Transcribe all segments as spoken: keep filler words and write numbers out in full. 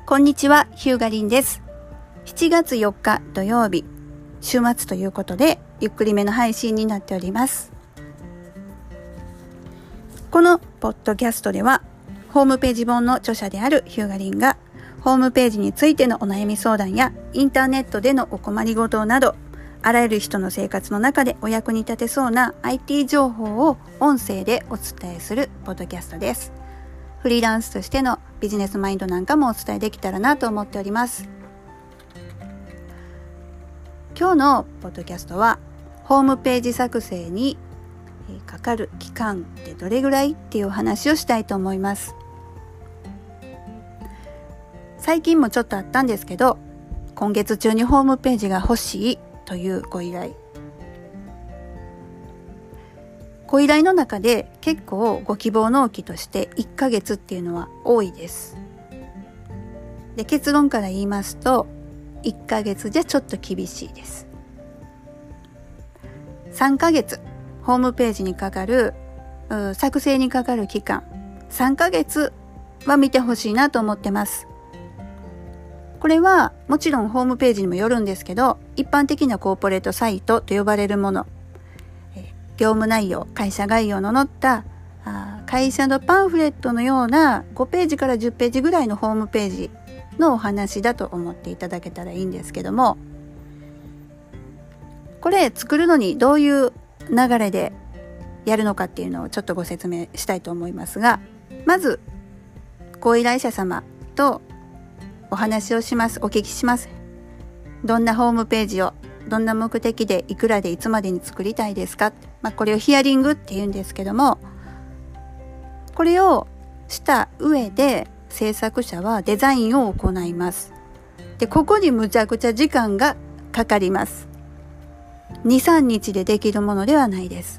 こんにちは、ヒューガリンです。しちがつよっか土曜日、週末ということでゆっくりめの配信になっております。このポッドキャストではホームページ本の著者であるヒューガリンがホームページについてのお悩み相談やインターネットでのお困りごとなど、あらゆる人の生活の中でお役に立てそうな アイティー 情報を音声でお伝えするポッドキャストです。フリーランスとしてのビジネスマインドなんかもお伝えできたらなと思っております。今日のポッドキャストはホームページ作成にかかる期間ってどれぐらいっていうお話をしたいと思います。最近もちょっとあったんですけど、今月中にホームページが欲しいというご依頼。ご依頼の中で結構ご希望納期としていっかげつっていうのは多いです。で、結論から言いますといっかげつじゃちょっと厳しいです。さんかげつ、ホームページにかかる作成にかかる期間さんかげつは見てほしいなと思ってます。これはもちろんホームページにもよるんですけど、一般的なコーポレートサイトと呼ばれるもの、業務内容、会社概要の載った会社のパンフレットのようなごページからじゅっページぐらいのホームページのお話だと思っていただけたらいいんですけども、これ作るのにどういう流れでやるのかっていうのをちょっとご説明したいと思いますが、まずご依頼者様とお話をします。お聞きします。どんなホームページをどんな目的でいくらでいつまでに作りたいですか、まあ、これをヒアリングって言うんですけども、これをした上で制作者はデザインを行います。で、ここにむちゃくちゃ時間がかかります。に、さんにちでできるものではないです。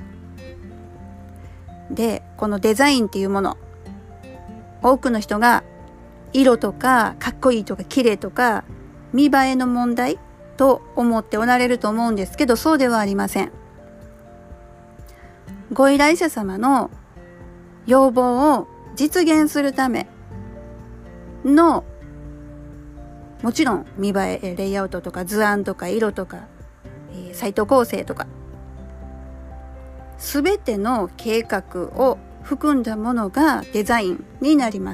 で、このデザインっていうもの、多くの人が色とかかっこいいとか綺麗とか見栄えの問題と思っておられると思うんですけど、そうではありません。ご依頼者様の要望を実現するための、もちろん見栄え、レイアウトとか図案とか色とか、えー、サイト構成とか、すべての計画を含んだものがデザインになります。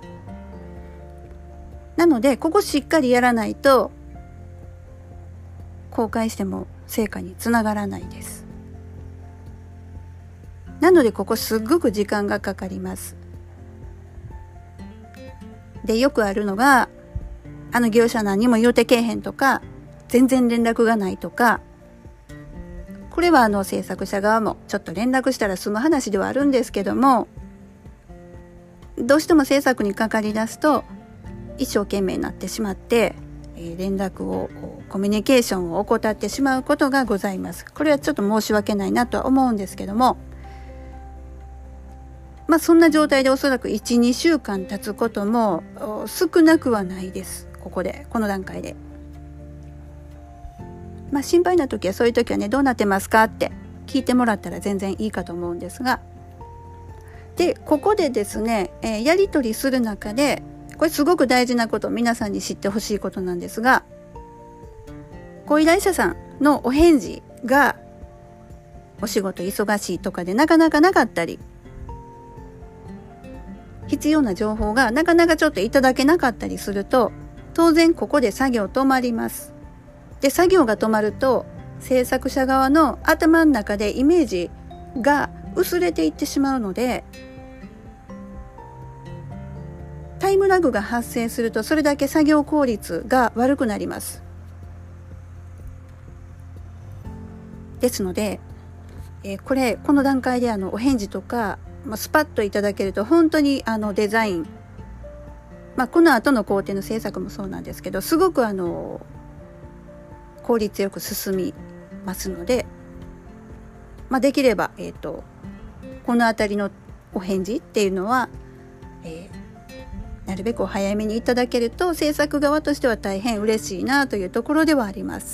なので、ここしっかりやらないと公開しても成果につながらないです。なのでここすっごく時間がかかります。で、よくあるのが、あの業者何にも言うてけえへんとか、全然連絡がないとか、これはあの制作者側もちょっと連絡したら済む話ではあるんですけども、どうしても制作にかかり出すと一生懸命になってしまって、連絡をコミュニケーションを怠ってしまうことがございます。これはちょっと申し訳ないなとは思うんですけども、まあそんな状態でおそらくいち、にしゅうかん経つことも少なくはないです。ここでこの段階で、まあ心配な時はそういう時はね、どうなってますかって聞いてもらったら全然いいかと思うんですが、でここでですね、えー、やり取りする中でこれすごく大事なこと、皆さんに知ってほしいことなんですが、ご依頼者さんのお返事がお仕事忙しいとかでなかなかなかったり、必要な情報がなかなかちょっといただけなかったりすると、当然ここで作業止まります。で、作業が止まると制作者側の頭の中でイメージが薄れていってしまうので、タイムラグが発生するとそれだけ作業効率が悪くなります。ですので、えー、これこの段階であのお返事とか、まあ、スパッといただけると本当にあのデザイン、まあ、この後の工程の制作もそうなんですけど、すごくあの効率よく進みますので、まあ、できれば、えーと、このあたりのお返事っていうのは、えー、なるべくお早めにいただけると制作側としては大変嬉しいなというところではあります。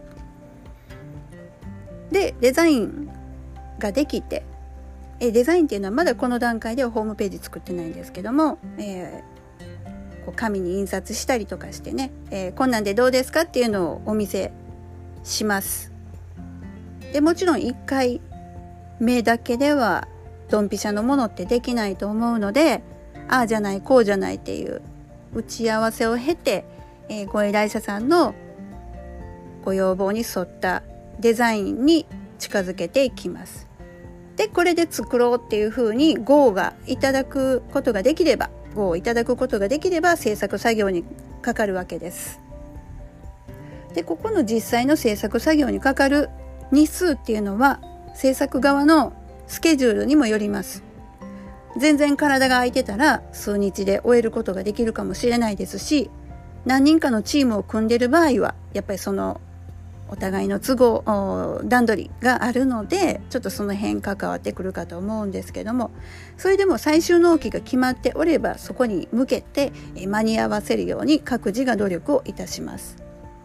で、デザインができて、えデザインっていうのはまだこの段階ではホームページ作ってないんですけども、えー、 こう紙に印刷したりとかしてね、えー、こんなんでどうですかっていうのをお見せします。でもちろんいっかいめだけではドンピシャのものってできないと思うので、ああじゃないこうじゃないっていう打ち合わせを経て、えー、ご依頼者さんのご要望に沿ったデザインに近づけていきます。でこれで作ろうっていうふうに ゴー がいただくことができれば ゴー をいただくことができれば制作作業にかかるわけです。でここの実際の制作作業にかかる日数っていうのは制作側のスケジュールにもよります。全然体が空いてたら数日で終えることができるかもしれないですし、何人かのチームを組んでいる場合はやっぱりそのお互いの都合段取りがあるのでちょっとその辺関わってくるかと思うんですけども、それでも最終納期が決まっておればそこに向けて間に合わせるように各自が努力をいたします。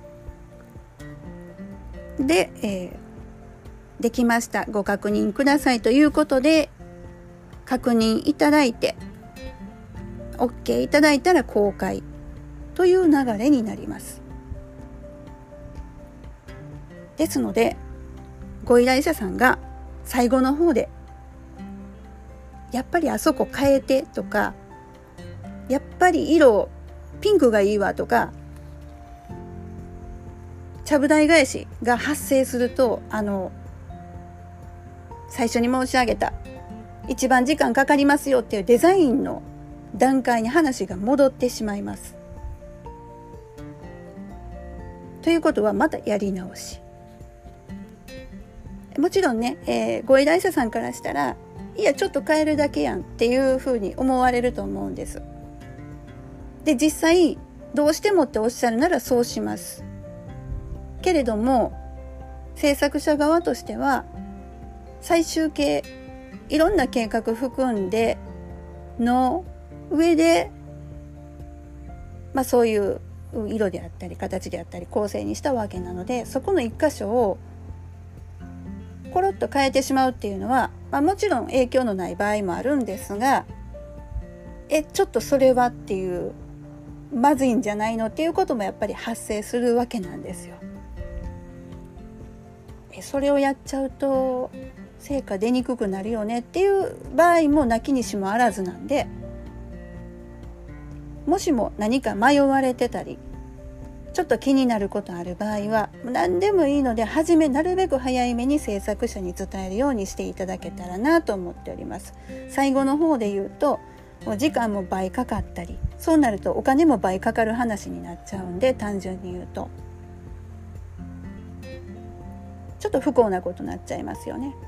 で、えー、できましたご確認くださいということで確認いただいて OK いただいたら公開という流れになります。ですのでご依頼者さんが最後の方でやっぱりあそこ変えてとか、やっぱり色ピンクがいいわとか、ちゃぶ台返しが発生すると、あの最初に申し上げた一番時間かかりますよっていうデザインの段階に話が戻ってしまいます。ということはまたやり直し。もちろんね、えー、ご依頼者さんからしたらいやちょっと変えるだけやんっていうふうに思われると思うんです。で実際どうしてもっておっしゃるならそうしますけれども、制作者側としては最終形いろんな計画含んでの上で、まあ、そういう色であったり形であったり構成にしたわけなので、そこの一箇所をコロッと変えてしまうっていうのは、まあ、もちろん影響のない場合もあるんですが、えちょっとそれはっていうまずいんじゃないのっていうこともやっぱり発生するわけなんですよ。えそれをやっちゃうと成果出にくくなるよねっていう場合もなきにしもあらずなんで、もしも何か迷われてたりちょっと気になることある場合は何でもいいので、初めなるべく早めに制作者に伝えるようにしていただけたらなと思っております。最後の方で言うともう時間も倍かかったり、そうなるとお金も倍かかる話になっちゃうんで、単純に言うとちょっと不幸なことになっちゃいますよね。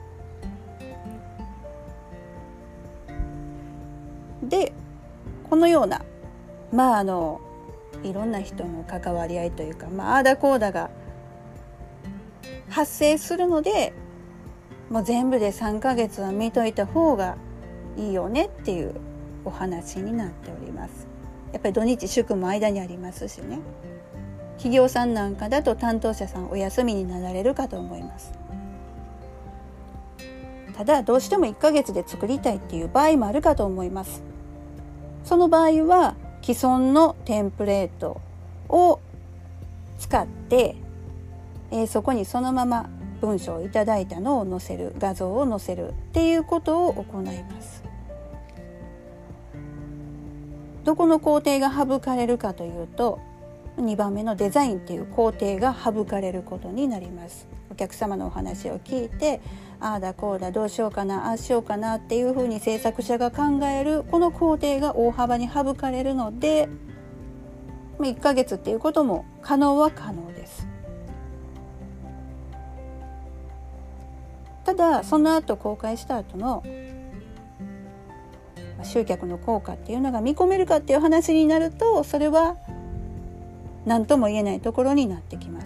でこのようなまああのいろんな人の関わり合いというか、まあ、あーだこーだが発生するので、もう全部でさんかげつは見といた方がいいよねっていうお話になっております。やっぱり土日祝も間にありますしね、企業さんなんかだと担当者さんお休みになられるかと思います。ただどうしてもいっかげつで作りたいっていう場合もあるかと思います。その場合は既存のテンプレートを使って、えー、そこにそのまま文章をいただいたのを載せる、画像を載せるっていうことを行います。どこの工程が省かれるかというと、にばんめのデザインっていう工程が省かれることになります。お客様のお話を聞いて、ああだこうだどうしようかなああしようかなっていうふうに制作者が考えるこの工程が大幅に省かれるので、いっかげつっていうことも可能は可能です。ただその後公開した後の集客の効果っていうのが見込めるかっていう話になると、それは何とも言えないところになってきます。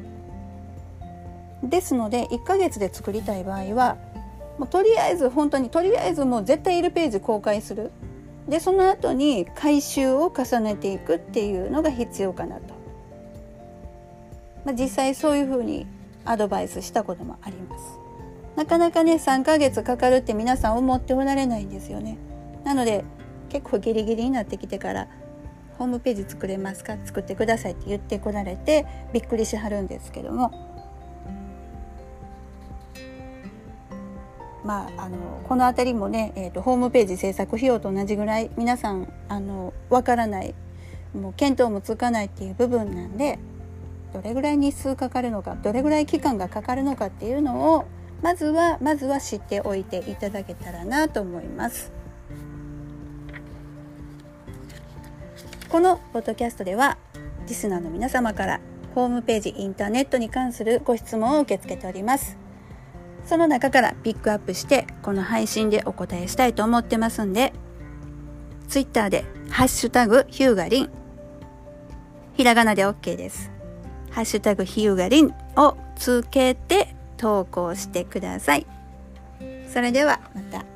ですのでいっかげつで作りたい場合はもうとりあえず本当にとりあえずもう絶対いるページ公開する。でその後に改修を重ねていくっていうのが必要かなと、まあ、実際そういうふうにアドバイスしたこともあります。なかなかねさんかげつかかるって皆さん思っておられないんですよね。なので結構ギリギリになってきてからホームページ作れますか、作ってくださいって言ってこられてびっくりしはるんですけども、まあ、あのこのあたりもね、えーと、ホームページ制作費用と同じぐらい皆さんあのわからない、もう見当もつかないっていう部分なんで、どれぐらい日数かかるのか、どれぐらい期間がかかるのかっていうのをまずはまずは知っておいていただけたらなと思います。このポッドキャストではリスナーの皆様からホームページ、インターネットに関するご質問を受け付けております。その中からピックアップしてこの配信でお答えしたいと思ってますんで、ツイッターでハッシュタグヒューガリン、ひらがなで OK です。ハッシュタグヒューガリンをつけて投稿してください。それではまた。